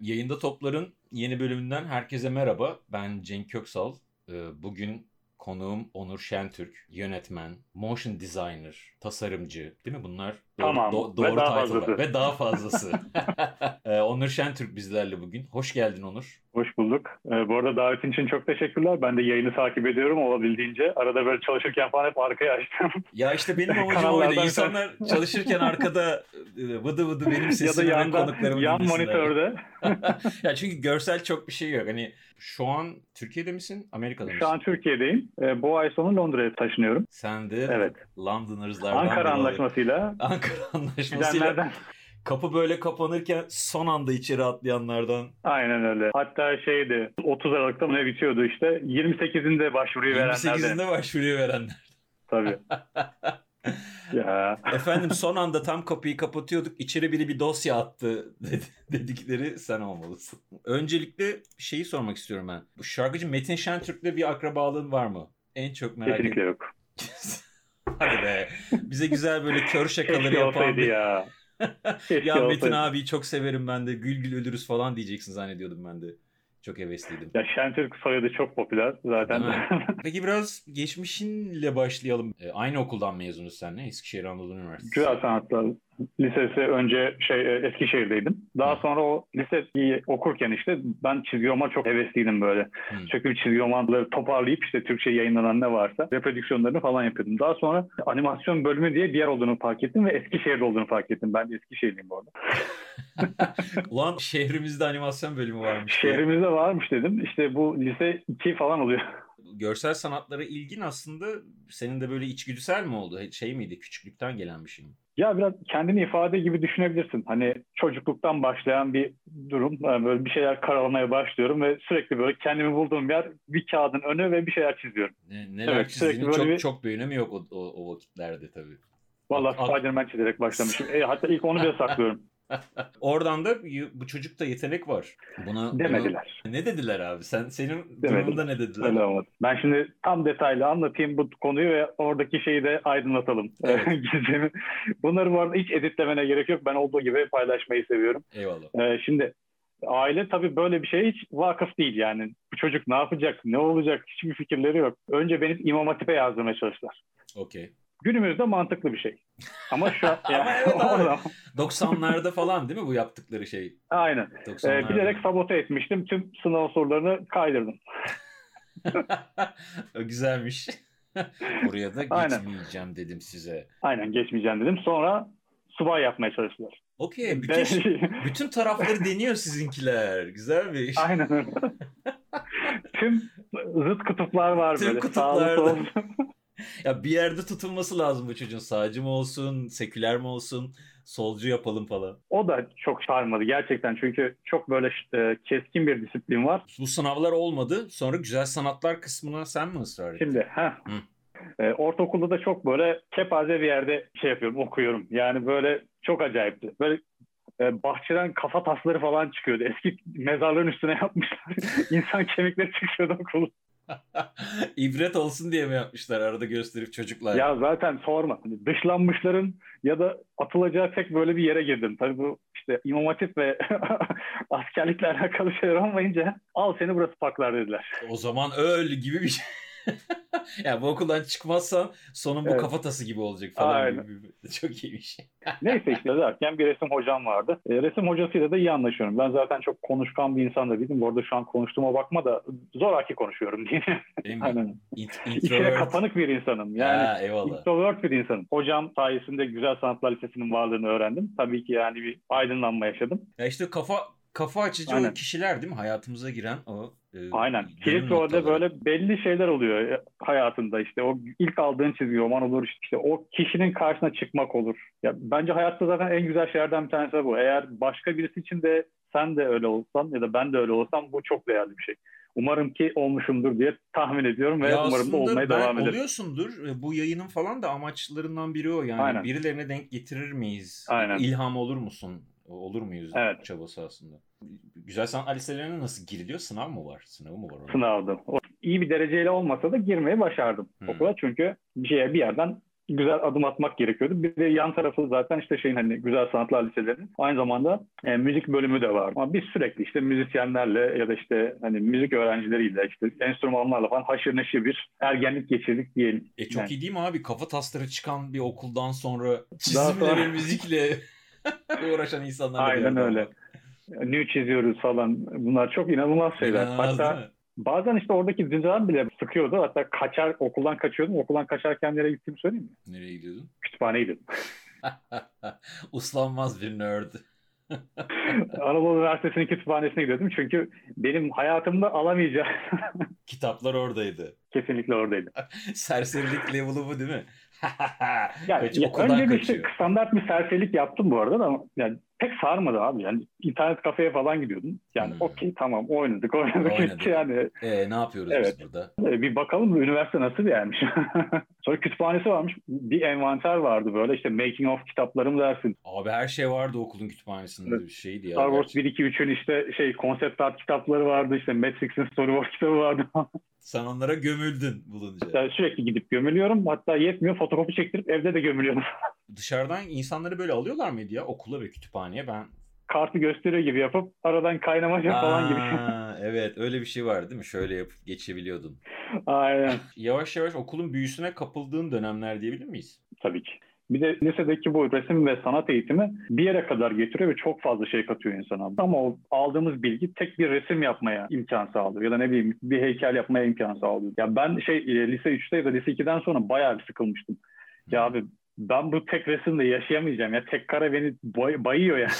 Yayında Toplar'ın yeni bölümünden herkese merhaba. Ben Cenk Köksal. Bugün konuğum Onur Şentürk, yönetmen, motion designer, tasarımcı. Değil mi bunlar? Tamam ve Doğru daha title'lar fazlası. ve daha fazlası. Onur Şentürk bizlerle bugün. Hoş geldin Onur. Hoş bulduk. Bu arada davetin için çok teşekkürler. Ben de yayını takip ediyorum olabildiğince. Arada böyle çalışırken falan hep arkaya açtım. Ya işte benim amacım oydu. Kanallardan bir İnsanlar çalışırken arkada vıdı vıdı benim ya da sesimi ve konuklarımı yan dinlesinler. monitörde. Ya çünkü görsel çok bir şey yok. Hani şu an Türkiye'de misin? Amerika'da mısın? Şu an Türkiye'deyim. Bu ay sonu Londra'ya taşınıyorum. Sen de Evet. Londoners''lardan Ankara biri olarak. Anlaşması'yla. Ankara Anlaşması'yla Gidenlerden. kapı böyle kapanırken son anda içeri atlayanlardan. Aynen öyle. Hatta 30 Aralık'ta mı ne bitiyordu işte. 28'inde başvuruyu verenler de. 28'inde başvuruyu verenler. Tabii. Ya. Efendim son anda tam kapıyı kapatıyorduk. İçeri biri bir dosya attı dedikleri sen olmalısın. Öncelikle şeyi sormak istiyorum ben. Bu şarkıcı Metin Şentürk'le bir akrabalığın var mı? En çok merak Kesinlikle ediyorum. yok. Hadi be. Bize güzel böyle kör şakaları Keşke yapan olsaydı bir... ya. Ya Metin olsaydı. abiyi çok severim ben de. Gül gül ölürüz falan diyeceksin zannediyordum ben de. Çok hevesliydim. Ya Şentürk soyadı çok popüler zaten. Peki biraz geçmişinle başlayalım. Aynı okuldan mezunuz seninle. Eskişehir Anadolu Üniversitesi. Güzel Sanatlar Lisesi önce Eskişehir'deydim. Daha sonra o liseyi okurken işte ben çizgi roman çok hevesliydim böyle. Çünkü çizgi romanları toparlayıp işte Türkçe yayınlanan ne varsa reprodüksiyonlarını falan yapıyordum. Daha sonra animasyon bölümü diye bir yer olduğunu fark ettim ve Eskişehir'de olduğunu fark ettim. Ben de Eskişehirliyim bu arada. Ulan şehrimizde animasyon bölümü varmış. Şehrimizde varmış dedim. İşte bu lise 2 falan oluyor. Görsel sanatlara ilgin aslında senin de böyle içgüdüsel mi oldu? Şey miydi? Küçüklükten gelen bir şey mi? Ya biraz kendini ifade gibi düşünebilirsin. Hani çocukluktan başlayan bir durum. Yani böyle bir şeyler karalamaya başlıyorum ve sürekli böyle kendimi bulduğum yer bir kağıdın önü ve bir şeyler çiziyorum. Neler çizdiğinin böyle çok bir önemi yok o vakitlerde tabii. Vallahi Spider-Man çizerek başlamışım. Hatta ilk onu bile saklıyorum. Oradan da bu çocukta yetenek var. Demediler. Ne dediler abi? Senin Demediler. durumunda ne dediler? Öyle olmadı. Ben şimdi tam detaylı anlatayım bu konuyu ve oradaki şeyi de aydınlatalım. Evet. Bunları bu arada hiç editlemene gerek yok. Ben olduğu gibi paylaşmayı seviyorum. Eyvallah. Şimdi aile tabii böyle bir şeye hiç vakıf değil yani. Bu çocuk ne yapacak, ne olacak hiçbir fikirleri yok. Önce benim İmam Hatip'e yazdırmaya çalıştılar. Okey. Günümüzde mantıklı bir şey. Ama şu an... Ama evet abi. 90'larda falan değil mi bu yaptıkları şey? Aynen. Bilerek sabote etmiştim. Tüm sınav sorularını kaydırdım. Güzelmiş. Buraya da geçmeyeceğim dedim size. Aynen geçmeyeceğim dedim. Sonra subay yapmaya çalıştılar. Okey. Bütün tarafları deniyor sizinkiler. Güzel bir iş. Aynen öyle. Tüm zıt kutuplar var Tüm böyle. Kutuplarda. Ya bir yerde tutulması lazım bu çocuğun. Sağcı mı olsun, seküler mi olsun, solcu yapalım falan. O da çok sarmadı gerçekten. Çünkü çok böyle keskin bir disiplin var. Bu sınavlar olmadı. Sonra güzel sanatlar kısmına sen mi ısrar ettin? Şimdi ortaokulda da çok böyle kepaze bir yerde okuyorum. Yani böyle çok acayipti. Böyle bahçeden kafa tasları falan çıkıyordu. Eski mezarların üstüne yapmışlar. İnsan kemikleri çıkıyordu okulda. İbret olsun diye mi yapmışlar arada gösterip çocuklar? Ya zaten sorma. Hani dışlanmışların ya da atılacağı tek böyle bir yere girdim. Tabii bu işte İmam Hatip ve askerlikle alakalı şeyler olmayınca al seni burası paklar dediler. O zaman öl gibi bir şey. Yani bu okuldan çıkmazsan sonun bu kafatası gibi olacak falan gibi. Çok iyi bir şey. Neyse işte derken bir resim hocam vardı. Resim hocasıyla da iyi anlaşıyorum. Ben zaten çok konuşkan bir insan da değilim. Bu arada şu an konuştuğuma bakma da zoraki konuşuyorum diye. Değil mi? Aynen. İçine kapanık bir insanım. Yani introvert bir insanım. Hocam sayesinde Güzel Sanatlar Lisesi'nin varlığını öğrendim. Tabii ki yani bir aydınlanma yaşadım. Ya işte kafa açıcı o kişiler değil mi? Hayatımıza giren o. Aynen. Kilit rolde böyle belli şeyler oluyor hayatında. İşte o ilk aldığın çizgi roman olur. İşte o kişinin karşısına çıkmak olur. Ya bence hayatta zaten en güzel şeylerden bir tanesi bu. Eğer başka birisi için de sen de öyle olsan ya da ben de öyle olsam bu çok değerli bir şey. Umarım ki olmuşumdur diye tahmin ediyorum ve umarım da olmaya devam ederim. Oluyorsundur. Bu yayının falan da amaçlarından biri o. Yani aynen. Birilerine denk getirir miyiz? Aynen. İlham olur musun? Olur muyuz? Çabası aslında. Güzel sanat liselerine nasıl giriliyor? Sınav mı var? Sınavı mı var? Sınavdı. İyi bir dereceyle olmasa da girmeyi başardım okula. Çünkü bir yerden güzel adım atmak gerekiyordu. Bir de yan tarafı zaten işte şeyin hani Güzel Sanatlar Liselerinin aynı zamanda müzik bölümü de var. Ama biz sürekli işte müzisyenlerle ya da işte hani müzik öğrencileriyle işte enstrümanlarla falan haşır neşir bir ergenlik geçirdik diyelim. Çok yani. iyi değil mi abi? Kafa tasları çıkan bir okuldan sonra Daha çizimle sonra ve müzikle uğraşan insanlarla bir aynen arada öyle. olmak. Nü çiziyoruz falan. Bunlar çok inanılmaz şeyler. İnanılmaz değil Hatta mi? bazen işte oradaki düzen bile sıkıyordu. Hatta okuldan kaçıyordum. Okuldan kaçarken nereye gittiğimi söyleyeyim mi? Nereye gidiyordun? Kütüphaneye gittim. Uslanmaz bir nerd. Anadolu Üniversitesi'nin kütüphanesine gidiyordum. Çünkü benim hayatımda alamayacağım. Kitaplar oradaydı. Kesinlikle oradaydı. Serserilik level'ı bu değil mi? Okuldan Önce bir işte kaçıyor. standart bir serserilik yaptım bu arada da yani pek sarmadı abi. Yani internet kafeye falan gidiyordum. Yani okey tamam oynadık gitti Oynadık. yani. Ne yapıyoruz Evet. biz burada? Bir bakalım üniversite nasıl bir yermiş. Sonra kütüphanesi varmış. Bir envanter vardı böyle işte making of kitaplarım dersin. Abi her şey vardı okulun kütüphanesinde, bir şeydi ya Star Wars gerçekten. 1-2-3'ün işte concept art kitapları vardı. İşte Matrix'in storyboard kitabı vardı. Sen onlara gömüldün bulunca. Yani sürekli gidip gömülüyorum. Hatta yetmiyor fotokopi çektirip evde de gömülüyorum. Dışarıdan insanları böyle alıyorlar mıydı ya okula ve kütüphaneye? Ben Kartı gösteriyor gibi yapıp aradan kaynamaca falan gibi. evet öyle bir şey var değil mi? Şöyle yapıp geçebiliyordun. Aynen. Yavaş yavaş okulun büyüsüne kapıldığın dönemler diyebilir miyiz? Tabii ki. Bir de lisedeki bu resim ve sanat eğitimi bir yere kadar getiriyor ve çok fazla şey katıyor insana. Ama o aldığımız bilgi tek bir resim yapmaya imkan sağlıyor. Ya da ne bileyim bir heykel yapmaya imkan sağlıyor. Ya ben lise 3'te ya da lise 2'den sonra bayağı bir sıkılmıştım. Ya abi ben bu tek resimle yaşayamayacağım. Ya tek kare beni bayıyor yani.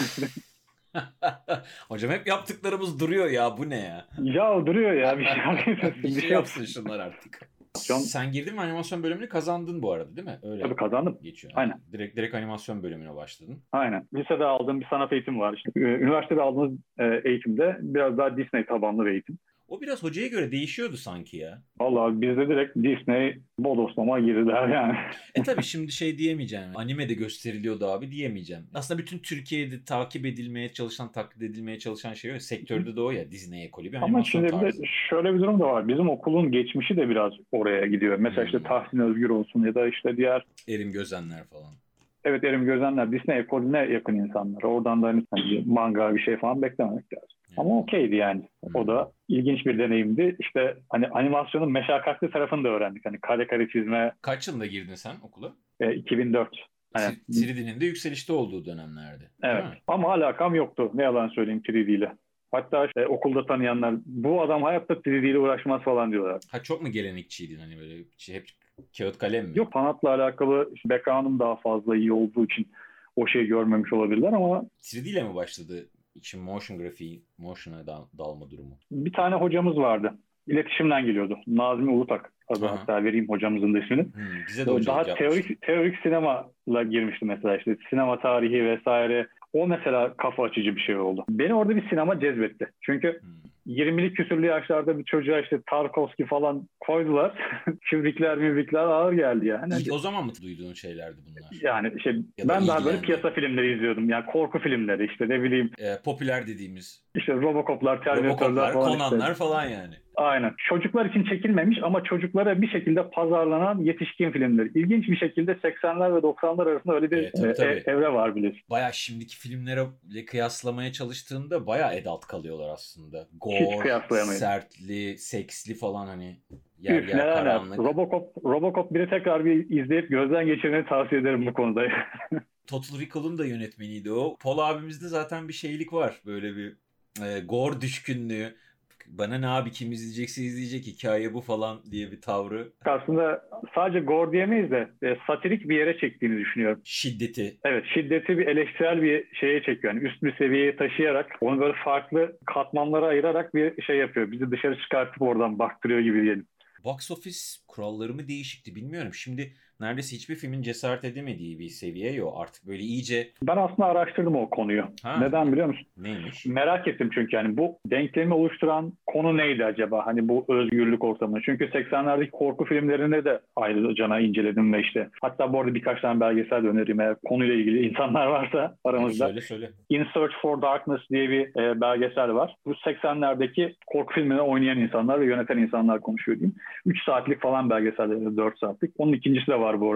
Hocam hep yaptıklarımız duruyor ya, bu ne ya? Ya duruyor ya bir şey Bir bir şey şey yapsın şunlar artık. Sen girdin mi animasyon bölümünü, kazandın bu arada değil mi? Öyle Tabii kazandım. geçiyor. Aynen. Direkt animasyon bölümüne başladın. Aynen. Lisede aldığım bir sanat eğitimi var. İşte, üniversitede aldığımız eğitimde biraz daha Disney tabanlı bir eğitim. O biraz hocaya göre değişiyordu sanki ya. Vallahi bizde direkt Disney bodoslama girdiler yani. Tabii şimdi şey diyemeyeceğim. Anime de gösteriliyordu abi diyemeyeceğim. Aslında bütün Türkiye'de takip edilmeye çalışan, taklit edilmeye çalışan şey o. Sektörde de o ya, Disney ekolü bir Ama animasyon şimdi bir tarzı. de şöyle bir durum da var. Bizim okulun geçmişi de biraz oraya gidiyor. Mesela işte Tahsin Özgür olsun ya da işte diğer Erim Gözenler falan. Evet, Erim Gözenler Disney ekolüne yakın insanlar. Oradan da hani manga bir şey falan beklememek lazım. Ama okeydi yani. O da ilginç bir deneyimdi. İşte hani animasyonun meşakkatli tarafını da öğrendik. Hani kare kare çizme. Kaç yılında girdin sen okula? 2004. Yani, 3D'nin de yükselişte olduğu dönemlerde. evet. Değil mi? Ama alakam yoktu. Ne yalan söyleyeyim 3D ile. Hatta okulda tanıyanlar bu adam hayatta 3D ile uğraşmaz falan diyorlar. Çok mu gelenekçiydin hani böyle hep kağıt kalem mi? Yok, sanatla alakalı background'um daha fazla iyi olduğu için o şeyi görmemiş olabilirler ama 3D ile mi başladı için motion grafiği, motion'a dalma durumu? Bir tane hocamız vardı. İletişimden geliyordu. Nazmi Ulutak adı, hatta vereyim hocamızın da ismini. Bize de hocalık daha yapmıştı. teorik sinemala girmişti mesela, işte sinema tarihi vesaire. O mesela kafa açıcı bir şey oldu. Beni orada bir sinema cezbetti. Çünkü 20'li küsürlü yaşlarda bir çocuğa işte Tarkovski falan koydular. Kubrickler ağır geldi yani. İlk o zaman mı duyduğun şeylerdi bunlar? Yani ben daha böyle piyasa filmleri izliyordum. Yani korku filmleri, işte ne bileyim. Popüler dediğimiz. İşte Robocop'lar, Terminator'lar falan. Conan'lar işte. falan yani. Aynen. Çocuklar için çekilmemiş ama çocuklara bir şekilde pazarlanan yetişkin filmleri. İlginç bir şekilde 80'ler ve 90'lar arasında öyle bir tabii. evre var biliyorsun. Bayağı şimdiki filmlere kıyaslamaya çalıştığında bayağı adult kalıyorlar aslında. Gore, sertli, seksli falan hani. Yer karanlık. Robocop 1'i tekrar bir izleyip gözden geçirmeni tavsiye ederim bu konuda. Total Recall'un da yönetmeniydi o. Paul abimizde zaten bir şeylik var. Böyle bir gore düşkünlüğü. Bana ne abi, kim izleyecekse izleyecek, hikaye bu falan diye bir tavrı. Aslında sadece gore diyemeyiz de satirik bir yere çektiğini düşünüyorum. Şiddeti. Evet, şiddeti bir eleştirel bir şeye çekiyor. Yani üst bir seviyeye taşıyarak onu böyle farklı katmanlara ayırarak bir şey yapıyor. Bizi dışarı çıkartıp oradan baktırıyor gibi diyelim. Box office kuralları mı değişikti bilmiyorum. Şimdi neredeyse hiçbir filmin cesaret edemediği bir seviye yok. Artık böyle iyice... Ben aslında araştırdım o konuyu. Neden biliyor musun? Neymiş? Merak ettim çünkü yani bu denklemi oluşturan konu neydi acaba? Hani bu özgürlük ortamı. Çünkü 80'lerdeki korku filmlerinde de ayrıca inceledim ve işte hatta bu arada birkaç tane belgesel de önereyim eğer konuyla ilgili insanlar varsa aramızda. Söyle. In Search for Darkness diye bir belgesel var. Bu 80'lerdeki korku filmlerine oynayan insanlar ve yöneten insanlar konuşuyor diyeyim. 3 saatlik falan belgesel, 4 saatlik. Onun ikincisi de var bu arada.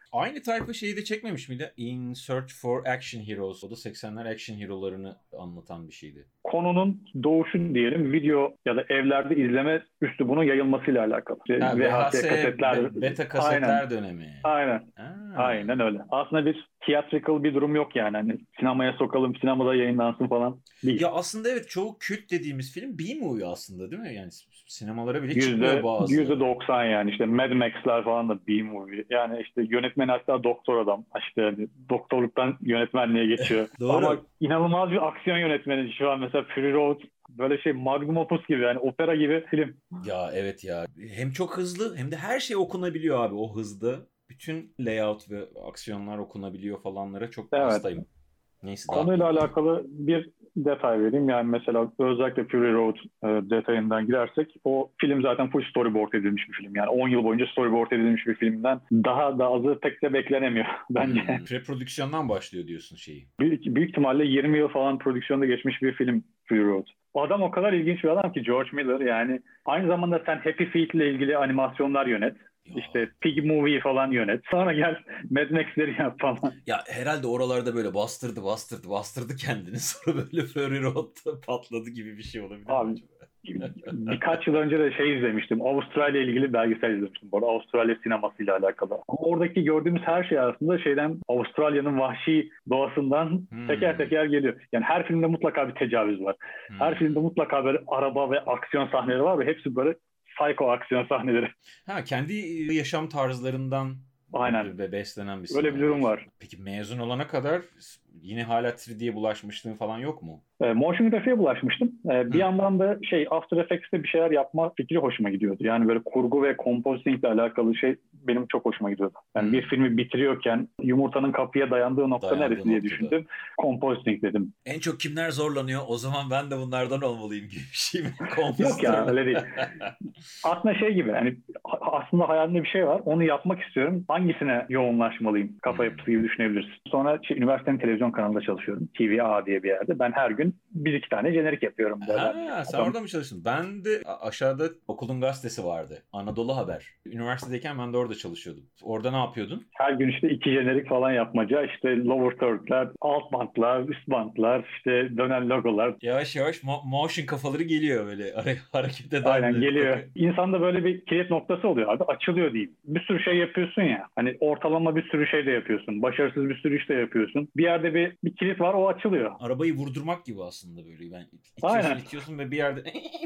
Aynı tayfa şeyi de çekmemiş miydi? In Search for Action Heroes. O da 80'ler action hero'larını anlatan bir şeydi. Konunun doğuşu diyelim video ya da evlerde izleme üslubunun yayılmasıyla alakalı. VHS, kasetler, beta kasetler aynen, dönemi. aynen. Ha. Aynen öyle. Aslında bir theatrical bir durum yok yani. Hani sinemaya sokalım, sinemada yayınlansın falan değil. Ya aslında evet, çoğu kült dediğimiz film B-movie aslında değil mi? Yani sinemalara bile çıkmıyor bazıları. %90 yani işte Mad Max'ler falan da B-movie. Yani işte yönetmen hatta doktor adam. İşte hani doktorluktan yönetmenliğe geçiyor. Doğru. Ama inanılmaz bir aksiyon yönetmeni şu an mesela Fury Road böyle şey Magnum Opus gibi yani opera gibi film. Ya evet ya. Hem çok hızlı hem de her şey okunabiliyor abi o hızda. Bütün layout ve aksiyonlar okunabiliyor falanlara çok hastayım. Neyse, konuyla alakalı bir detay vereyim. Yani mesela özellikle Fury Road detayından girersek o film zaten full storyboard edilmiş bir film. Yani 10 yıl boyunca storyboard edilmiş bir filmden daha da azı pek de beklenemiyor bence. Preprodüksiyondan başlıyor diyorsun şeyi. Büyük ihtimalle 20 yıl falan prodüksiyonda geçmiş bir film Fury Road. O adam o kadar ilginç bir adam ki George Miller, yani aynı zamanda sen Happy Feet ile ilgili animasyonlar yönet. İşte Pig Movie falan yönet. Sonra gel Mad Max'leri yap falan. Ya herhalde oralarda böyle bastırdı kendini. Sonra böyle Fury Road'da patladı gibi bir şey olabilir abi, mi acaba? Birkaç yıl önce de şey izlemiştim. Avustralya ile ilgili belgesel izlemiştim. Bu arada Avustralya sinemasıyla alakalı. Ama oradaki gördüğümüz her şey aslında Avustralya'nın vahşi doğasından teker teker geliyor. Yani her filmde mutlaka bir tecavüz var. Her filmde mutlaka böyle araba ve aksiyon sahneleri var ve hepsi böyle psycho aksiyon sahneleri. Kendi yaşam tarzlarından aynen beslenen bir öyle bir durum var. Peki mezun olana kadar yine hala 3D'ye bulaşmışlığın falan yok mu? Motion grafiğe bulaşmıştım. Bir yandan da After Effects'te bir şeyler yapma fikri hoşuma gidiyordu. Yani böyle kurgu ve compositing ile alakalı şey benim çok hoşuma gidiyordu. Yani bir filmi bitiriyorken yumurtanın kapıya dayandığı nokta neresi diye düşündüm. Compositing dedim. En çok kimler zorlanıyor? O zaman ben de bunlardan olmalıyım gibi bir şey mi? Yok ya, öyle değil. Aslında gibi hani aslında hayalimde bir şey var. Onu yapmak istiyorum. Hangisine yoğunlaşmalıyım? Kafa yapısı gibi düşünebilirsin. Sonra üniversitenin televizyon kanalında çalışıyorum. TVA diye bir yerde. Ben her gün 1-2 tane jenerik yapıyorum. Sen orada mı çalıştın? Ben de aşağıda okulun gazetesi vardı. Anadolu Haber. Üniversitedeyken ben de orada çalışıyordum. Orada ne yapıyordun? Her gün 2 jenerik falan yapmaca. Lower third'ler, alt bantlar, üst bantlar, dönen logolar. Yavaş yavaş motion kafaları geliyor böyle. Hareket eden. Aynen geliyor. İnsanda böyle bir kilit noktası oluyor abi. Açılıyor diyeyim. Bir sürü şey yapıyorsun ya. Hani ortalama bir sürü şey de yapıyorsun. Başarısız bir sürü iş de yapıyorsun. Bir yerde bir kilit var, o açılıyor. Arabayı vurdurmak gibi aslında böyle. Ben itiyorsun ve bir yerde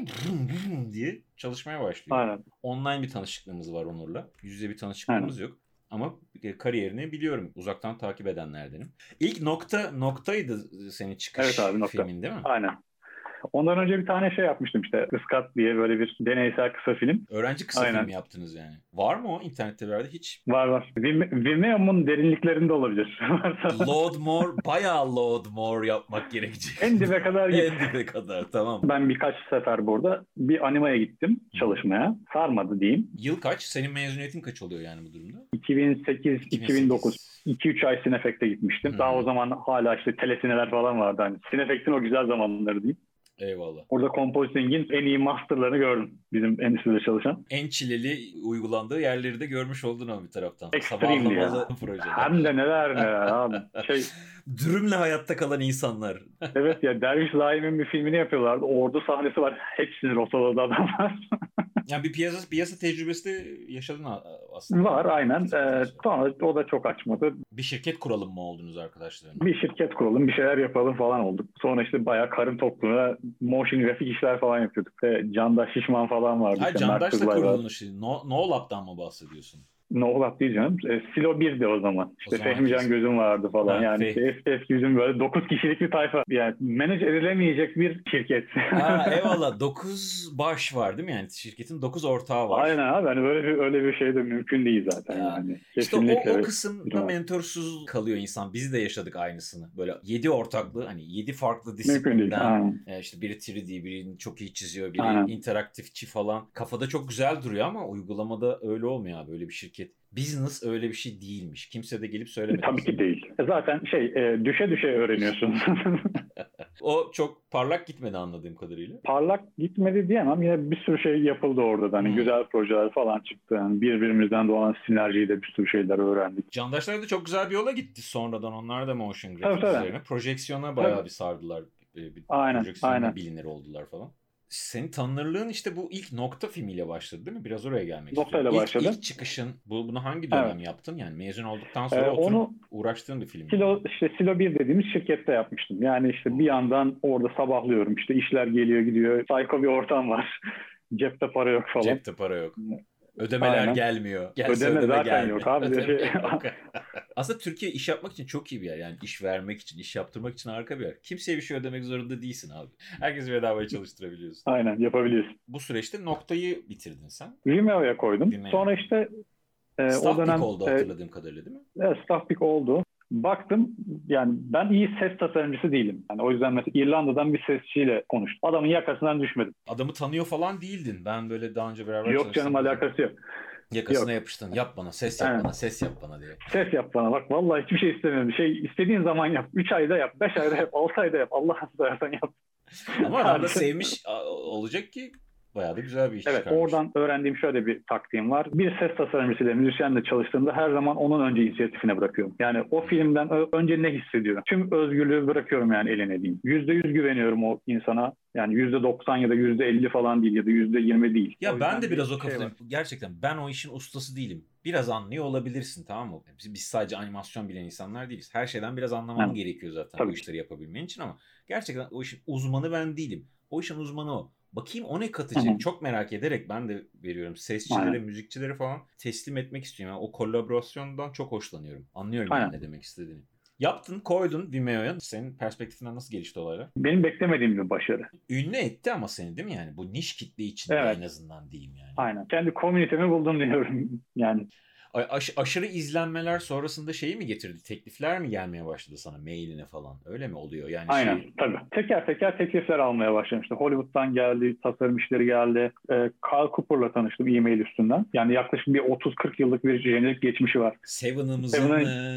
diye çalışmaya başlıyor. Aynen. Online bir tanışıklığımız var Onur'la. Yüz yüze bir tanışıklığımız yok. Ama kariyerini biliyorum. Uzaktan takip edenlerdenim. İlk noktaydı senin çıkış filmin değil mi? Aynen. Ondan önce bir tane yapmıştım Iskat diye böyle bir deneysel kısa film. Öğrenci kısa film yaptınız yani. Var mı o internette bir yerde hiç? Var. Vimeo'nun derinliklerinde olabilir. Bayağı load more yapmak gerekecek. En dibe kadar git. En dibe kadar, tamam. Ben birkaç sefer burada bir animaya gittim çalışmaya. Sarmadı diyeyim. Yıl kaç? Senin mezuniyetin kaç oluyor yani bu durumda? 2008-2009. 2-3 ay Cinefect'e gitmiştim. Daha o zaman hala telesineler falan vardı. Hani Cinefect'in o güzel zamanları diyeyim. Eyvallah. Orada compositing'in en iyi masterlarını gördüm. Bizim endüstride çalışan. En çileli uygulandığı yerleri de görmüş oldun ama bir taraftan. Extreme ya. Hem de neler abi. Dürümle hayatta kalan insanlar. Evet ya, Derviş Zaim'in bir filmini yapıyorlardı. Ordu sahnesi var. Hepsini rotaladı adamlar. Yani bir piyasa tecrübesi de yaşadın aslında. Var aynen. Sonra o da çok açmadı. Bir şirket kuralım mı oldunuz arkadaşlarım? Bir şirket kuralım, bir şeyler yapalım falan olduk. Sonra bayağı karın tokluğuna motion grafik işler falan yapıyorduk. Candaş Şişman falan vardı. Hayır, Candaş'la kurulmuş. No Lab'dan mı bahsediyorsun? No Lab değil canım. Silo 1'di o zaman. Fehmican Gözüm vardı falan. Eski bizim böyle 9 kişilik bir tayfa. Yani manage edilemeyecek bir şirket. Eyvallah. 9 baş var değil mi? Yani şirketin 9 ortağı var. Aynen abi. Hani öyle bir şey de mümkün değil zaten. Yani. O kısımda mentorsuz kalıyor insan. Biz de yaşadık aynısını. Böyle 7 ortaklı, hani 7 farklı disiplinden. Biri 3D, biri çok iyi çiziyor, biri interaktifçi falan. Kafada çok güzel duruyor ama uygulamada öyle olmuyor abi. Öyle bir şirket. Business öyle bir şey değilmiş. Kimse de gelip söylemedi. Tabii ki değil. Zaten düşe düşe öğreniyorsun. O çok parlak gitmedi anladığım kadarıyla. Parlak gitmedi diyemem. Yine bir sürü şey yapıldı orada da. Hani güzel projeler falan çıktı. Yani birbirimizden doğan sinerjiyle bir sürü şeyler öğrendik. Candaşlar da çok güzel bir yola gitti sonradan. Onlar da motion graphics Tabii. üzerine. Projeksiyona bayağı bir sardılar. Projeksiyonla bilinir oldular falan. Senin tanınırlığın işte bu ilk Nokta filmiyle başladı değil mi? Biraz oraya gelmek Noktayla istiyorum. başladı. İlk çıkışın bunu hangi dönem yaptın? Yani mezun olduktan sonra oturup uğraştığın bir film. Silo 1 dediğimiz şirkette yapmıştım. Yani işte bir yandan orada sabahlıyorum. İşte işler geliyor gidiyor. Psycho bir ortam var. Cepte para yok falan. Cepte para yok. Ödemeler gelmiyor. Ödeme zaten gelmiyor. Yok abi. Aslında Türkiye iş yapmak için çok iyi bir yer. Yani iş vermek için, iş yaptırmak için harika bir yer. Kimseye bir şey ödemek zorunda değilsin abi. Herkesi bedavaya çalıştırabiliyorsun. Aynen, yapabiliyorsun. Bu süreçte Noktayı bitirdin sen. Vimeo'ya koydum. Sonra işte o dönem oldu hatırladığım kadarıyla değil mi? Evet, Staffpeak oldu. Baktım yani ben iyi ses tasarımcısı değilim. Yani o yüzden mesela İrlanda'dan bir sesçiyle konuştum. Adamın yakasından düşmedim. Adamı tanıyor falan değildin. Ben böyle daha önce beraber çalıştım. Yok canım, alakası yok. Yakasına yapıştın. Yap bana, ses yap bana, ses yap bana diye. Ses yap bana. Bak vallahi hiçbir şey istemiyorum. İstediğin zaman yap. 3 ayda yap, 5 ayda yap, 6 ayda yap. Allah'ını seversen yap. Ama adam da sevmiş olacak ki bayağı da güzel bir iş çıkarmış. Oradan öğrendiğim şöyle bir taktiğim var. Bir ses tasarımcısıyla, müzisyenle çalıştığımda her zaman onun önce inisiyatifine bırakıyorum. Yani o filmden önce ne hissediyorum? Tüm özgürlüğü bırakıyorum yani eline diyeyim. %100 güveniyorum o insana. Yani %90 ya da %50 falan değil ya da %20 değil. Ya ben de biraz o kafadayım. Gerçekten ben o işin ustası değilim. Biraz anlıyor olabilirsin, tamam mı? Biz sadece animasyon bilen insanlar değiliz. Her şeyden biraz anlaman gerekiyor zaten bu işleri yapabilmen için ama gerçekten o işin uzmanı ben değilim. O işin uzmanı o. Bakayım o ne katacak? Çok merak ederek ben de veriyorum. Sesçilere, müzikçilere falan teslim etmek istiyorum. Yani o kolaborasyondan çok hoşlanıyorum. Anlıyorum yani ne demek istediğini. Yaptın, koydun Vimeo'ya. Senin perspektifinden nasıl gelişti olaylar? Benim beklemediğim bir başarı. Ünlü etti ama seni değil mi yani? Bu niş kitle içinde en azından diyeyim yani. Aynen. Kendi komünitemi buldum diyorum yani. Aşırı izlenmeler sonrasında şeyi mi getirdi? Teklifler mi gelmeye başladı sana mailine falan? Öyle mi oluyor? Yani aynen tabii. Teker teker teklifler almaya başlamıştım. Hollywood'dan geldi, tasarım işleri geldi. Kyle Cooper'la tanıştım e-mail üstünden. Yani yaklaşık bir 30-40 yıllık bir jenerik geçmişi var. Seven'ımızın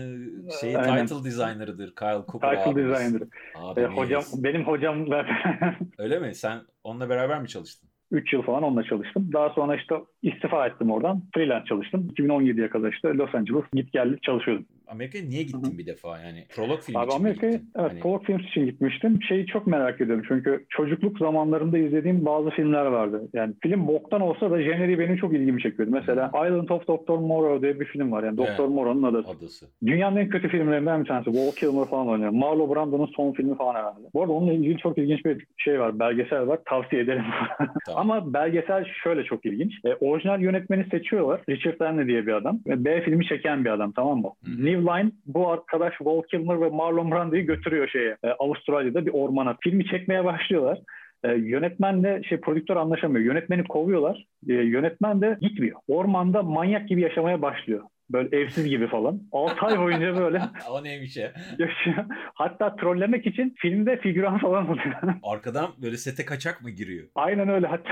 title designer'ıdır Kyle Cooper abimiz. Title designer'ı. Hocam, benim hocam zaten. Öyle mi? Sen onunla beraber mi çalıştın? 3 yıl falan onunla çalıştım. Daha sonra işte istifa ettim oradan. Freelance çalıştım. 2017'ye kadar işte Los Angeles git geldik çalışıyordum. Amerika'ya niye gittin bir defa yani? Prolog film abi için Amerika'ya, mi gittin? Evet, Prolog Films için gitmiştim. Şeyi çok merak ediyorum çünkü çocukluk zamanlarında izlediğim bazı filmler vardı. Yani film boktan olsa da jeneriği benim çok ilgimi çekiyordu. Mesela Island of Dr. Moreau diye bir film var. Yani Dr. Moreau'nun adası. Dünyanın en kötü filmlerinden bir tanesi. Wall Kilmer falan oynuyor. Marlon Brando'nun son filmi falan herhalde. Bu arada onunla ilgili çok ilginç bir şey var. Belgesel var. Tavsiye ederim. Tamam. Ama belgesel şöyle çok ilginç. Orijinal yönetmeni seçiyorlar. Richard Denley diye bir adam. Ve B filmi çeken bir adam, tamam mı? New Line bu arkadaş Val Kilmer ve Marlon Brando'yu götürüyor Avustralya'da bir ormana. Filmi çekmeye başlıyorlar. Yönetmenle prodüktör anlaşamıyor. Yönetmeni kovuyorlar. Yönetmen de gitmiyor. Ormanda manyak gibi yaşamaya başlıyor. Böyle evsiz gibi falan. 6 ay boyunca böyle. O neymiş ya? Yaşıyor. Hatta trollemek için filmde figüran falan oluyor. Arkadan böyle sete kaçak mı giriyor? Aynen öyle. Hatta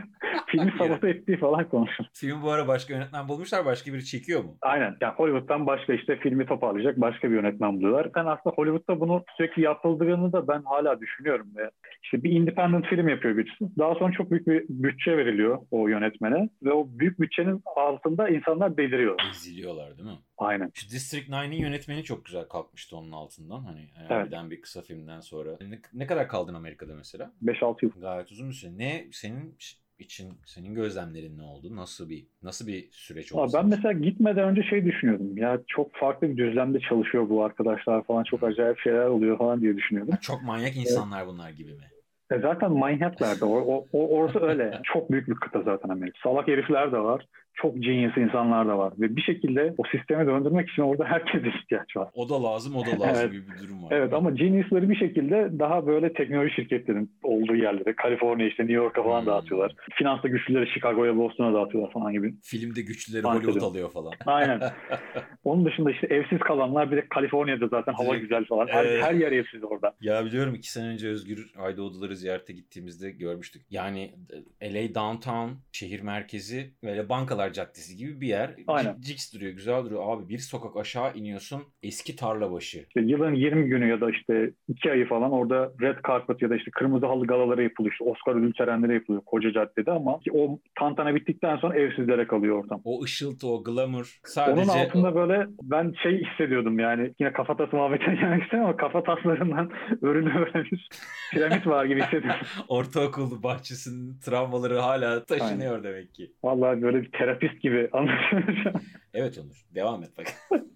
filmi sabote ettiği falan konuşuyor. Filmi bu ara başka yönetmen bulmuşlar. Başka biri çekiyor mu? Aynen. Yani Hollywood'dan başka filmi toparlayacak başka bir yönetmen buluyorlar. Ben aslında Hollywood'da bunu sürekli yapıldığını da ben hala düşünüyorum. Bir independent film yapıyor birisi. Daha sonra çok büyük bir bütçe veriliyor o yönetmene. Ve o büyük bütçenin altında insanlar beliriyor. Eziliyorlar değil mi? Aynen. Şu District 9'in yönetmeni çok güzel kalkmıştı onun altından. Harbiden bir kısa filmden sonra. Ne kadar kaldın Amerika'da mesela? 5-6 yıl. Gayet uzun bir süre. Ne senin için senin gözlemlerin ne oldu? Nasıl bir süreç oldu? Ben mesela gitmeden önce düşünüyordum. Ya çok farklı bir düzlemde çalışıyor bu arkadaşlar falan. Çok acayip şeyler oluyor falan diye düşünüyordum. Çok manyak insanlar bunlar gibi mi? Zaten manyaklardı. Orası öyle. Çok büyük bir kıta zaten Amerika. Salak herifler de var. Çok genius insanlar da var. Ve bir şekilde o sistemi döndürmek için orada herkese ihtiyaç var. O da lazım gibi bir durum var. Evet ama genius'ları bir şekilde daha böyle teknoloji şirketlerinin olduğu yerlere, Kaliforniya New York'a falan dağıtıyorlar. Finansta güçlüleri Chicago'ya, Boston'a dağıtıyorlar falan gibi. Filmde güçlüleri Hollywood alıyor falan. Aynen. Onun dışında evsiz kalanlar bir de Kaliforniya'da zaten hava güzel falan. Her yer evsiz orada. Ya biliyorum 2 sene önce Özgür Aydoğduları ziyarete gittiğimizde görmüştük. Yani LA Downtown şehir merkezi böyle Bankalar Caddesi gibi bir yer. Aynen. Cix duruyor, güzel duruyor. Abi bir sokak aşağı iniyorsun, eski Tarlabaşı. İşte yılın 20 günü ya da işte 2 ayı falan orada red carpet ya da işte kırmızı halı galaları yapılıyor. İşte Oscar ödül törenleri yapılıyor koca caddede ama o tantana bittikten sonra evsizlere kalıyor ortam. O ışıltı, o glamour. Sadece onun altında böyle ben şey hissediyordum yani yine kafatası muhabbetine gelmek istemem ama kafataslarından örülü böyle bir piramit var gibi hissediyorum. Ortaokul bahçesinin travmaları hala taşınıyor demek ki. Vallahi böyle bir terapist gibi anlatıyorum. Evet Onur. Devam et bak.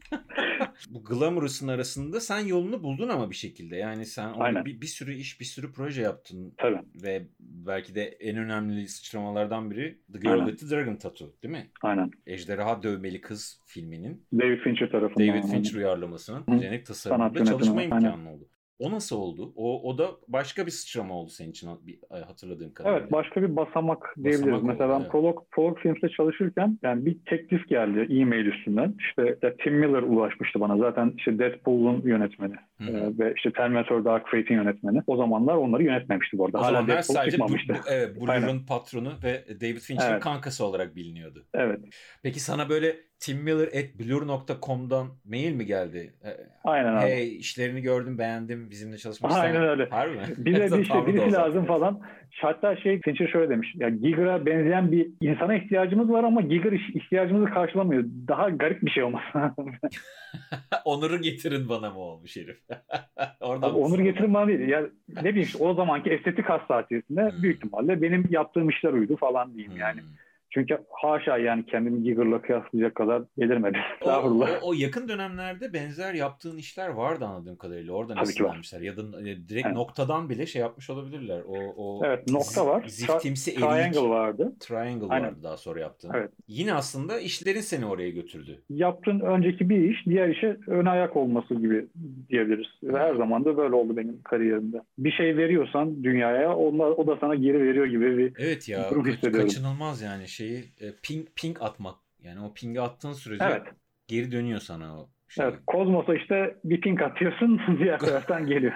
Bu glamour'ın arasında sen yolunu buldun ama bir şekilde. Yani sen orada bir sürü iş, bir sürü proje yaptın. Tabii. Ve belki de en önemli sıçramalardan biri The Girl with the Dragon Tattoo, değil mi? Aynen. Ejderha Dövmeli Kız filminin David Fincher tarafından. David Fincher uyarlamasının jenerik tasarımında çalışma imkanı oldu. O nasıl oldu? O da başka bir sıçrama oldu senin için hatırladığım kadarıyla. Evet, başka bir basamak diyebiliriz. Mesela ben Prolog Films'te çalışırken yani bir teklif geldi e-mail üstünden. İşte Tim Miller ulaşmıştı bana. Zaten işte Deadpool'un yönetmeni ve işte Terminator Dark Fate'in yönetmeni. O zamanlar onları yönetmemişti bu arada. Alanlar sadece Blur'un patronu ve David Fincher'ın kankası olarak biliniyordu. Evet. Peki sana böyle timmiller@blur.com'dan mail mi geldi? Aynen abi. Hey, işlerini gördüm, beğendim, bizimle çalışmak ister misin? Aynen öyle. Harbi mi? Bize birisi lazım falan. Hatta Fincher şöyle demiş. Ya Giger'a benzeyen bir insana ihtiyacımız var ama Giger ihtiyacımızı karşılamıyor. Daha garip bir şey olmaz. Onur'u getirin bana mı olmuş herif? Onur'u getirin bana değil. Ya ne bileyim işte o zamanki estetik hassasiyetinde büyük ihtimalle benim yaptığım işler uydu falan diyeyim yani. Çünkü haşa yani kendimi Giger'la kıyaslayacak kadar belirmedi. O yakın dönemlerde benzer yaptığın işler vardı anladığım kadarıyla. Oradan esinlenmişler. Ya da direkt noktadan bile şey yapmış olabilirler. Evet, nokta var. Ziftimsi Triangle vardı. Triangle vardı daha sonra yaptığın. Evet. Yine aslında işlerin seni oraya götürdü. Yaptığın önceki bir iş diğer işe ön ayak olması gibi diyebiliriz. Ve her zaman da böyle oldu benim kariyerimde. Bir şey veriyorsan dünyaya o da sana geri veriyor gibi bir durum hissediyorum. Kaçınılmaz yani ping atmak. Yani o pingi attığın sürece geri dönüyor sana o şey. Evet, Kozmos'a işte bir ping atıyorsun diğer taraftan geliyor.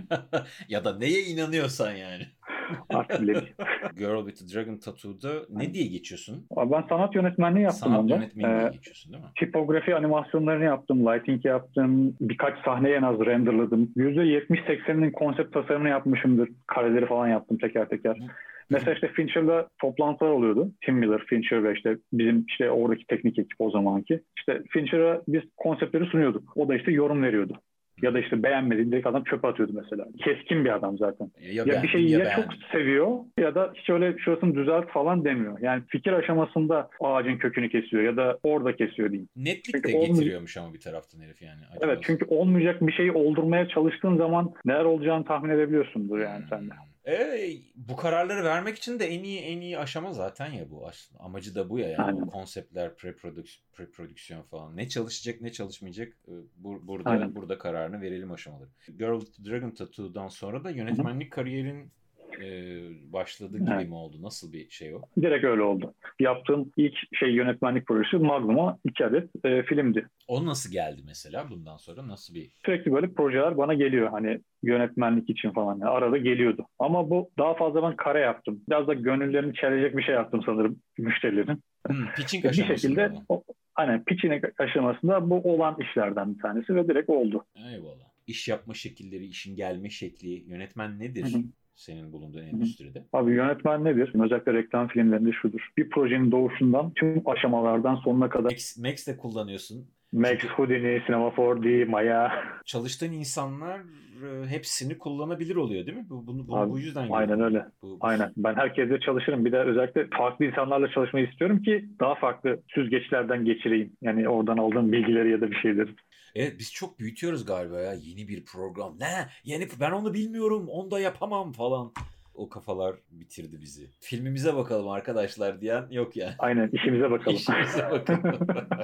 Ya da neye inanıyorsan yani. Artık bile Girl with the Dragon Tattoo'da ne diye geçiyorsun? Ben sanat yönetmenliği yaptım onda. Sanat yönetmenliği diye geçiyorsun değil mi? Tipografi animasyonlarını yaptım, lighting yaptım, birkaç sahneye en az renderladım. %70-80'inin konsept tasarımını yapmışımdır. Kareleri falan yaptım teker teker. Mesela işte Fincher'la toplantılar oluyordu. Tim Miller, Fincher ve işte bizim işte oradaki teknik ekip o zamanki. İşte Fincher'a biz konseptleri sunuyorduk. O da işte yorum veriyordu. Ya da işte beğenmediğinde direkt adam çöpe atıyordu mesela. Keskin bir adam zaten. Ya bir şeyi ya çok seviyor ya da hiç öyle şurasını düzelt falan demiyor. Yani fikir aşamasında ağacın kökünü kesiyor ya da orada kesiyor diyeyim. Netlik de getiriyormuş ama bir taraftan herif yani. Acaba. Evet, çünkü olmayacak bir şeyi oldurmaya çalıştığın zaman neler olacağını tahmin edebiliyorsundur yani sen de. Bu kararları vermek için de en iyi aşama zaten ya bu aslında. Amacı da bu ya yani. O konseptler, pre-prodüksiyon falan. Ne çalışacak ne çalışmayacak burada kararını verelim aşamaları. Girl with the Dragon Tattoo'dan sonra da yönetmenlik kariyerin başladı gibi mi oldu? Nasıl bir şey o? Direkt öyle oldu. Yaptığım ilk yönetmenlik projesi Magnum'a 2 adet filmdi. O nasıl geldi mesela? Bundan sonra nasıl bir... Sürekli böyle projeler bana geliyor hani yönetmenlik için falan. Yani arada geliyordu. Ama bu daha fazla ben kare yaptım. Biraz da gönüllerini çelecek bir şey yaptım sanırım müşterilerin. Pitching aşamasında. Bir şekilde pitching aşamasında bu olan işlerden bir tanesi ve direkt oldu. Eyvallah. İş yapma şekilleri, işin gelme şekli, yönetmen nedir? Senin bulunduğun endüstride? Abi yönetmen nedir? Özellikle reklam filmlerinde şudur. Bir projenin doğuşundan tüm aşamalardan sonuna kadar. Max de kullanıyorsun. Max, Houdini, Cinema 4D, Maya. Çalıştığın insanlar hepsini kullanabilir oluyor değil mi? Bu yüzden. Aynen öyle. Aynen. Ben herkesle çalışırım. Bir de özellikle farklı insanlarla çalışmayı istiyorum ki daha farklı süzgeçlerden geçireyim. Yani oradan aldığım bilgileri ya da bir şeyleri. Evet, biz çok büyütüyoruz galiba ya. Yeni bir program. Ben onu bilmiyorum. Onu da yapamam falan. O kafalar bitirdi bizi. Filmimize bakalım arkadaşlar diyen yok yani. Aynen, işimize bakalım. İşimize bakalım.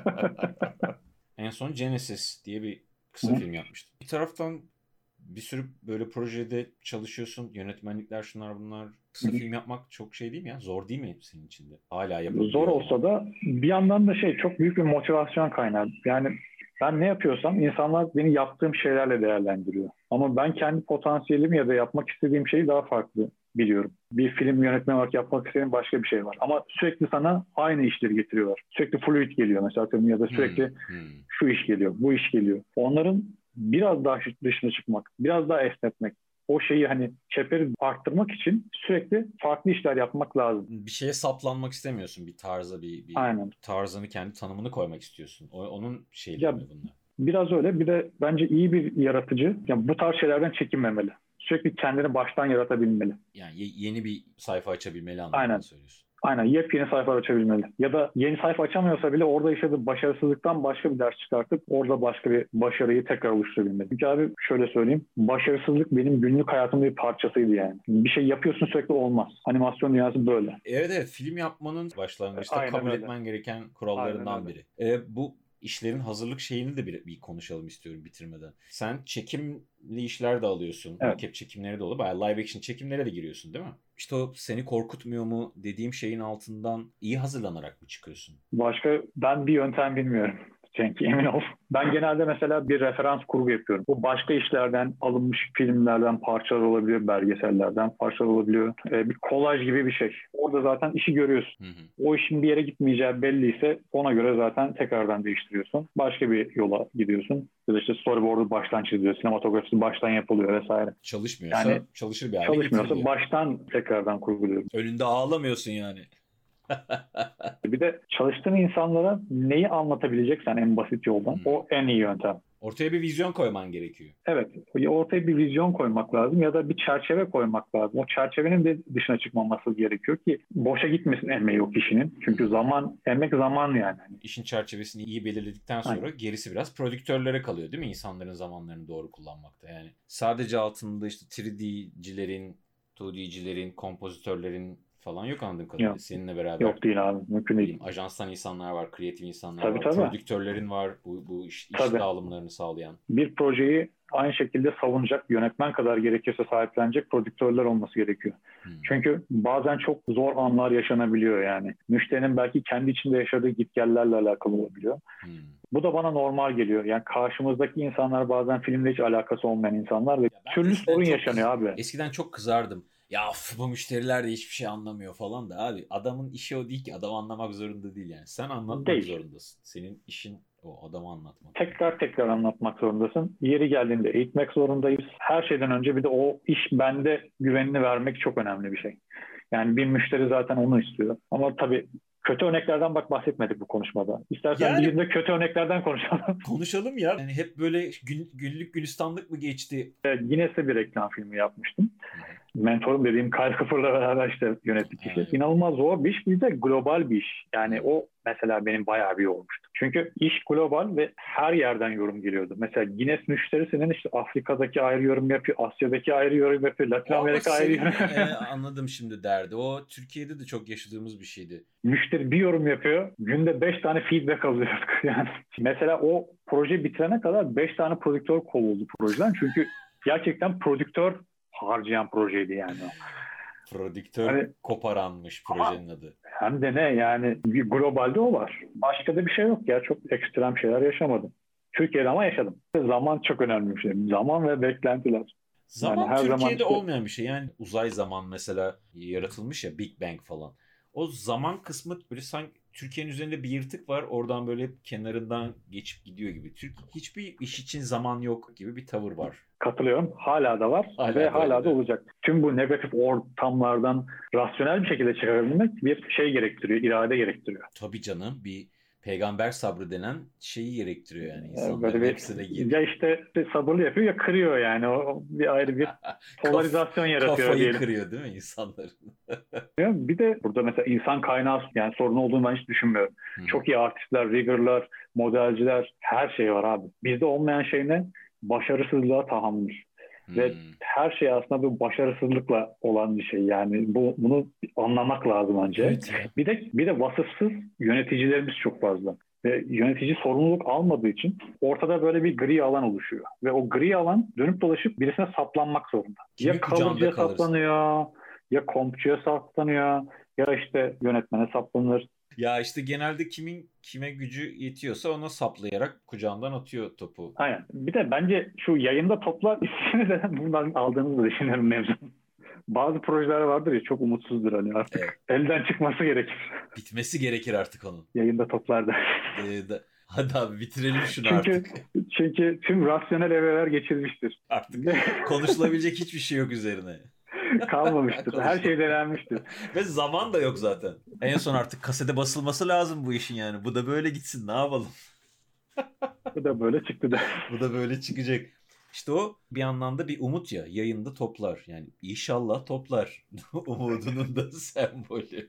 En son Genesis diye bir kısa film yapmıştım. Bir taraftan bir sürü böyle projede çalışıyorsun. Yönetmenlikler şunlar bunlar. Kısa film yapmak çok şey değil mi ya? Zor değil mi senin için de? Hala yapabiliyor. Zor olsa da bir yandan da çok büyük bir motivasyon kaynağı. Yani Ben ne yapıyorsam insanlar beni yaptığım şeylerle değerlendiriyor. Ama ben kendi potansiyelimi ya da yapmak istediğim şeyi daha farklı biliyorum. Bir film yönetmeni olarak yapmak istediğim başka bir şey var. Ama sürekli sana aynı işleri getiriyorlar. Sürekli fluid geliyor mesela ya da sürekli şu iş geliyor, bu iş geliyor. Onların biraz daha dışına çıkmak, biraz daha esnetmek. O şeyi hani çeperi arttırmak için sürekli farklı işler yapmak lazım. Bir şeye saplanmak istemiyorsun. Bir tarza, bir Aynen. tarzını, kendi tanımını koymak istiyorsun. Onun şeyleri mi bunlar? Biraz öyle. Bir de bence iyi bir yaratıcı yani bu tarz şeylerden çekinmemeli. Sürekli kendini baştan yaratabilmeli. Yani yeni bir sayfa açabilmeli anlamında söylüyorsun. Aynen. Yepyeni sayfa açabilmeli. Ya da yeni sayfa açamıyorsa bile orada yaşadığı başarısızlıktan başka bir ders çıkartıp orada başka bir başarıyı tekrar oluşturabilmeli. Çünkü abi şöyle söyleyeyim. Başarısızlık benim günlük hayatımın bir parçasıydı yani. Bir şey yapıyorsun sürekli olmaz. Animasyon dünyası böyle. Evet, film yapmanın başlangıçta kabul etmen gereken kurallarından biri. Bu işlerin hazırlık şeyini de bir konuşalım istiyorum bitirmeden. Sen çekimli işler de alıyorsun. Evet. Makep çekimleri de oluyor. Bayağı live action çekimlere de giriyorsun değil mi? İşte o seni korkutmuyor mu dediğim şeyin altından iyi hazırlanarak mı çıkıyorsun? Ben bir yöntem bilmiyorum. Cenk, emin ol. Ben genelde mesela bir referans kurgu yapıyorum. Bu başka işlerden alınmış filmlerden parçalar olabiliyor, belgesellerden parçalar olabiliyor. Bir kolaj gibi bir şey. Orada zaten işi görüyorsun. O işin bir yere gitmeyeceği belliyse ona göre zaten tekrardan değiştiriyorsun. Başka bir yola gidiyorsun. Ya da işte storyboard'u baştan çiziliyor, sinematografisi baştan yapılıyor vesaire. Çalışmıyorsa yani, çalışır bir hale çalışmıyorsa baştan tekrardan kurguluyorum. Önünde ağlamıyorsun yani. Bir de çalıştığın insanlara neyi anlatabileceksen en basit yoldan o en iyi yöntem. Ortaya bir vizyon koyman gerekiyor. Evet. Ortaya bir vizyon koymak lazım ya da bir çerçeve koymak lazım. O çerçevenin de dışına çıkmaması gerekiyor ki boşa gitmesin emeği o kişinin. Çünkü emek zaman yani. İşin çerçevesini iyi belirledikten sonra gerisi biraz prodüktörlere kalıyor değil mi? İnsanların zamanlarını doğru kullanmakta. Yani sadece altında işte 3D'cilerin, 2D'cilerin, kompozitörlerin falan yok anladığım kadarıyla. Yok. Seninle beraber. Yok değil abi. Mümkün değil. Ajanstan insanlar var, kreatif insanlar tabii, var, tabii. prodüktörlerin var bu iş dağılımlarını sağlayan. Bir projeyi aynı şekilde savunacak, yönetmen kadar gerekirse sahiplenecek prodüktörler olması gerekiyor. Çünkü bazen çok zor anlar yaşanabiliyor yani. Müşterinin belki kendi içinde yaşadığı gitgellerle alakalı olabiliyor. Bu da bana normal geliyor. Yani karşımızdaki insanlar bazen filmle hiç alakası olmayan insanlar ve türlü sorun yaşanıyor abi. Eskiden çok kızardım. Ya bu müşteriler de hiçbir şey anlamıyor falan da abi adamın işi o değil ki. Adam anlamak zorunda değil yani. Sen anlatmak zorundasın. Senin işin o adamı anlatmak. Tekrar anlatmak zorundasın. Yeri geldiğinde eğitmek zorundayız. Her şeyden önce bir de o iş bende güvenini vermek çok önemli bir şey. Yani bir müşteri zaten onu istiyor. Ama tabii kötü örneklerden bahsetmedik bu konuşmada. İstersen bir de kötü örneklerden konuşalım. Konuşalım ya. Yani hep böyle günlük gülistanlık mı geçti? Guinness'e bir reklam filmi yapmıştım. Mentorum dediğim Kyle Cooper'la beraber işte yönettik işi. İnanılmaz zor bir iş. Bir de global bir iş. Yani o mesela benim bayağı bir yormuştu. Çünkü iş global ve her yerden yorum geliyordu. Mesela Guinness müşterisinin işte Afrika'daki ayrı yorum yapıyor, Asya'daki ayrı yorum yapıyor, Latin Amerika ayrı yorum yapıyor. Anladım şimdi derdi. O Türkiye'de de çok yaşadığımız bir şeydi. Müşteri bir yorum yapıyor, günde 5 tane feedback alıyorduk yani. Mesela o proje bitirene kadar 5 tane prodüktör kovuldu projeden. Çünkü gerçekten prodüktör harcayan projeydi yani o. Prodüktör koparanmış projenin adı. Hem de ne yani globalde o var. Başka da bir şey yok ya. Çok ekstrem şeyler yaşamadım. Türkiye'de ama yaşadım. Zaman çok önemli bir şey. Zaman ve beklentiler. Zaman yani Türkiye'de olmayan bir şey. Yani uzay zaman mesela yaratılmış ya Big Bang falan. O zaman kısmı böyle sanki Türkiye'nin üzerinde bir yırtık var. Oradan böyle kenarından geçip gidiyor gibi. Hiçbir iş için zaman yok gibi bir tavır var. Katılıyorum. Hala da var ve hala da olacak. Tüm bu negatif ortamlardan rasyonel bir şekilde çıkarabilmek bir şey gerektiriyor, irade gerektiriyor. Tabii canım. Bir peygamber sabrı denen şeyi gerektiriyor yani. İnsanların hepsine girip. Ya işte sabırlı yapıyor ya kırıyor yani. O bir ayrı bir polarizasyon yaratıyor kafayı diyelim. Kırıyor değil mi insanların? Bir de burada mesela insan kaynağı yani sorun olduğunu ben hiç düşünmüyorum. Çok iyi artistler, riggerlar, modelciler her şey var abi. Bizde olmayan şey ne? Başarısızlığa tahammül. Ve her şey aslında bu başarısızlıkla olan bir şey. Yani bunu anlamak lazım önce. Evet. Bir de vasıfsız yöneticilerimiz çok fazla. Ve yönetici sorumluluk almadığı için ortada böyle bir gri alan oluşuyor. Ve o gri alan dönüp dolaşıp birisine saplanmak zorunda. Ya kalıcıya saplanıyor, ya kompçuya saplanıyor, ya işte yönetmene saplanır. Ya işte genelde kime gücü yetiyorsa ona saplayarak kucağından atıyor topu. Aynen. Bir de bence şu yayında toplar ismini de buradan aldığımızı düşünüyorum mevzunun. Bazı projeler vardır ya çok umutsuzdur hani artık. Evet. Elden çıkması gerekir. Bitmesi gerekir artık onun. Yayında toplarda. Hadi abi bitirelim şunu çünkü, artık. Çünkü tüm rasyonel evreler geçilmiştir. Artık konuşulabilecek hiçbir şey yok üzerine. Kalmamıştır. Her şey denenmiştir. Ve zaman da yok zaten. En son artık kasete basılması lazım bu işin yani. Bu da böyle gitsin, ne yapalım? Bu da böyle çıktı da. Bu da böyle çıkacak. İşte o bir anlamda bir umut ya. Yayında toplar. Yani inşallah toplar. Umudunun da sembolü.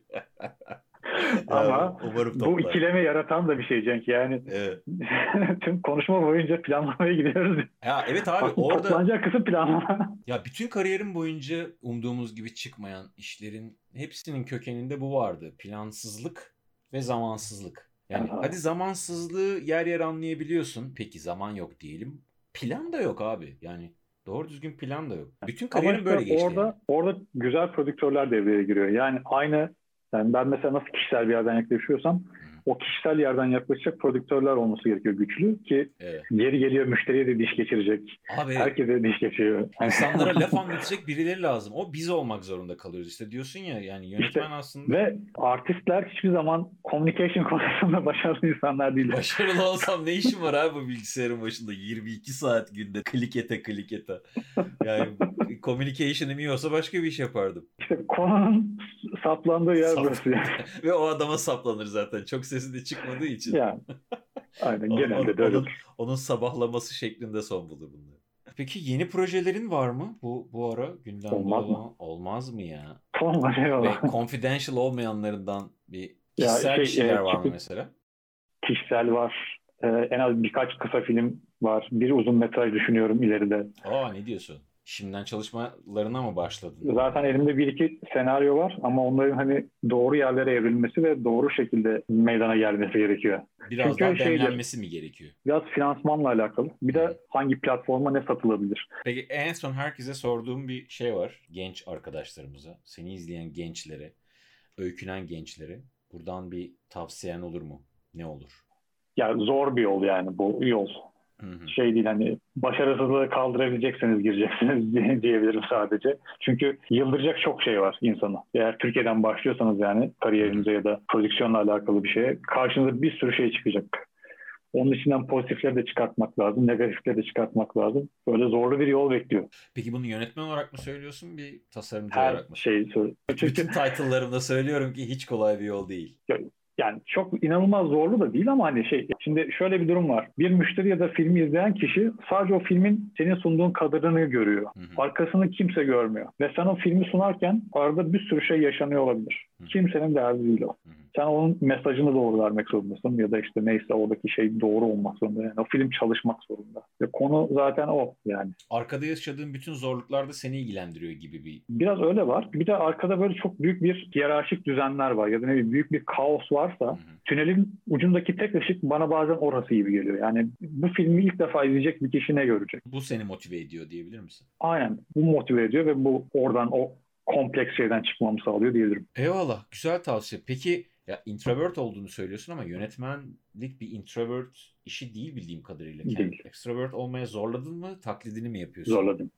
Ama umarım bu ikilemi yaratan da bir şey Cenk. Yani evet. tüm konuşma boyunca planlamaya gidiyoruz. Ya evet abi aslında orada toplanacak kısım planlama. ya bütün kariyerim boyunca umduğumuz gibi çıkmayan işlerin hepsinin kökeninde bu vardı. Plansızlık ve zamansızlık. Yani Aha. hadi zamansızlığı yer yer anlayabiliyorsun. Peki zaman yok diyelim. Plan da yok abi. Yani doğru düzgün plan da yok. Bütün kariyerim Ama böyle işte geçti yani. orada güzel prodüktörler devreye giriyor. Yani yani ben mesela nasıl kişisel bir yerden yaklaşıyorsam o kişisel yerden yaklaşacak prodüktörler olması gerekiyor güçlü ki Evet. yeri geliyor müşteriye de diş geçirecek. Abi Herkese diş geçiyor. insanlara laf anlatacak birileri lazım. O biz olmak zorunda kalıyoruz. İşte diyorsun ya yani yönetmen İşte, aslında. Ve artistler hiçbir zaman communication konusunda başarılı insanlar değil. Başarılı olsam ne işim var abi bu bilgisayarın başında 22 saat günde klikete. Yani communication'ım iyi olsa başka bir iş yapardım. İşte konunun saplandığı yer burası. Ve o adama saplanır zaten. Çok sesi de çıkmadığı için. Yani aynen genelde de öyle. Onun sabahlaması şeklinde son bulur bunlar. Peki yeni projelerin var mı bu ara gündemde olan? Olmaz mı ya? Olmaz ya. Ve confidential olmayanlarından bir kişisel şeyler var mı mesela? Kişisel var. En az birkaç kısa film var. Bir uzun metraj düşünüyorum ileride. Aa ne diyorsun? Şimdiden çalışmalarına mı başladın? Zaten elimde bir iki senaryo var ama onların hani doğru yerlere evrilmesi ve doğru şekilde meydana gelmesi gerekiyor. Biraz çünkü daha demlenmesi mi gerekiyor? Biraz finansmanla alakalı. Bir de hangi platforma ne satılabilir? Peki en son herkese sorduğum bir şey var. Genç arkadaşlarımıza, seni izleyen gençlere, öykünen gençlere. Buradan bir tavsiyen olur mu? Ne olur? Ya zor bir yol yani bu yol. Şey değil hani başarısızlığı kaldırabilecekseniz gireceksiniz diyebilirim sadece. Çünkü yıldıracak çok şey var insanı. Eğer Türkiye'den başlıyorsanız yani kariyerinize ya da prodüksiyonla alakalı bir şeye karşınıza bir sürü şey çıkacak. Onun içinden pozitifleri de çıkartmak lazım, negatifleri de çıkartmak lazım. Böyle zorlu bir yol bekliyor. Peki bunu yönetmen olarak mı söylüyorsun, bir tasarımcı Her olarak mı? şeyi söylüyorum. Bütün title'larımda söylüyorum ki hiç kolay bir yol değil. Yani çok inanılmaz zorlu da değil ama hani şimdi şöyle bir durum var. Bir müşteri ya da filmi izleyen kişi sadece o filmin senin sunduğun kadarını görüyor. Arkasını kimse görmüyor. Ve sen o filmi sunarken arada bir sürü şey yaşanıyor olabilir. Kimsenin derdi değil o. Sen onun mesajını doğru vermek zorundasın ya da işte neyse oradaki şey doğru olmak zorunda. Yani o film çalışmak zorunda. Ve konu zaten o yani. Arkada yaşadığın bütün zorluklar da seni ilgilendiriyor gibi bir... Biraz öyle var. Bir de arkada böyle çok büyük bir hiyerarşik düzenler var ya da ne bileyim büyük bir kaos varsa tünelin ucundaki tek ışık bana bazen orası gibi geliyor. Yani bu filmi ilk defa izleyecek bir kişi ne görecek? Bu seni motive ediyor diyebilir misin? Aynen. Bu motive ediyor ve bu oradan o kompleks şeyden çıkmamı sağlıyor diyebilirim. Eyvallah. Güzel tavsiye. Peki ya introvert olduğunu söylüyorsun ama yönetmenlik bir introvert işi değil bildiğim kadarıyla. Değil. Extrovert olmaya zorladın mı? Taklidini mi yapıyorsun? Zorladım.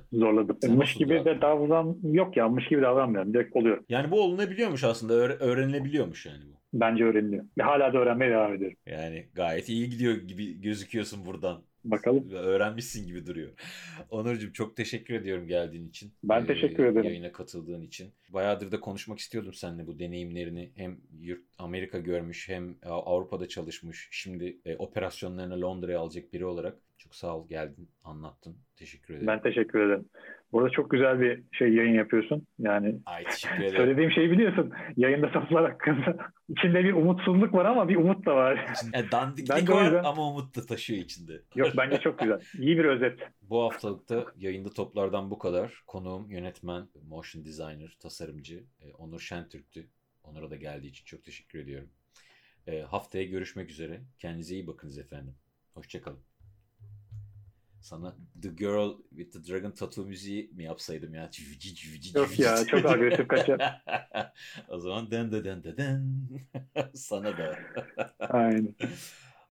Mış gibi de yok ya. Mış gibi davranmıyorum. Direkt oluyor. Yani bu olunabiliyormuş aslında. Öğrenilebiliyormuş yani bu. Bence öğreniliyor. Ve hala da öğrenmeye devam ediyorum. Yani gayet iyi gidiyor gibi gözüküyorsun buradan. Bakalım. Öğrenmişsin gibi duruyor. Onurcuğum çok teşekkür ediyorum geldiğin için. Ben teşekkür ederim. Yayına katıldığın için. Bayağıdır da konuşmak istiyordum seninle bu deneyimlerini. Hem Amerika görmüş hem Avrupa'da çalışmış. Şimdi operasyonlarını Londra'ya alacak biri olarak. Çok sağ ol, geldin, anlattın. Teşekkür ederim. Ben teşekkür ederim. Burada çok güzel bir yayın yapıyorsun. Yani teşekkür ederim. Söylediğim şeyi biliyorsun. Yayında saflar hakkında. İçinde bir umutsuzluk var ama bir umut da var. Dandiklik var ama umut da taşıyor içinde. Yok bence çok güzel. İyi bir özet. Bu haftalıkta yayında toplardan bu kadar. Konuğum yönetmen, motion designer, tasarımcı Onur Şentürk'tü. Onur'a da geldiği için çok teşekkür ediyorum. Haftaya görüşmek üzere. Kendinize iyi bakınız efendim. Hoşçakalın. Sana The Girl with the Dragon Tattoo müziği mi yapsaydım ya? Yok ya, çok agresif kaçar. O zaman den. Sana da. Aynen.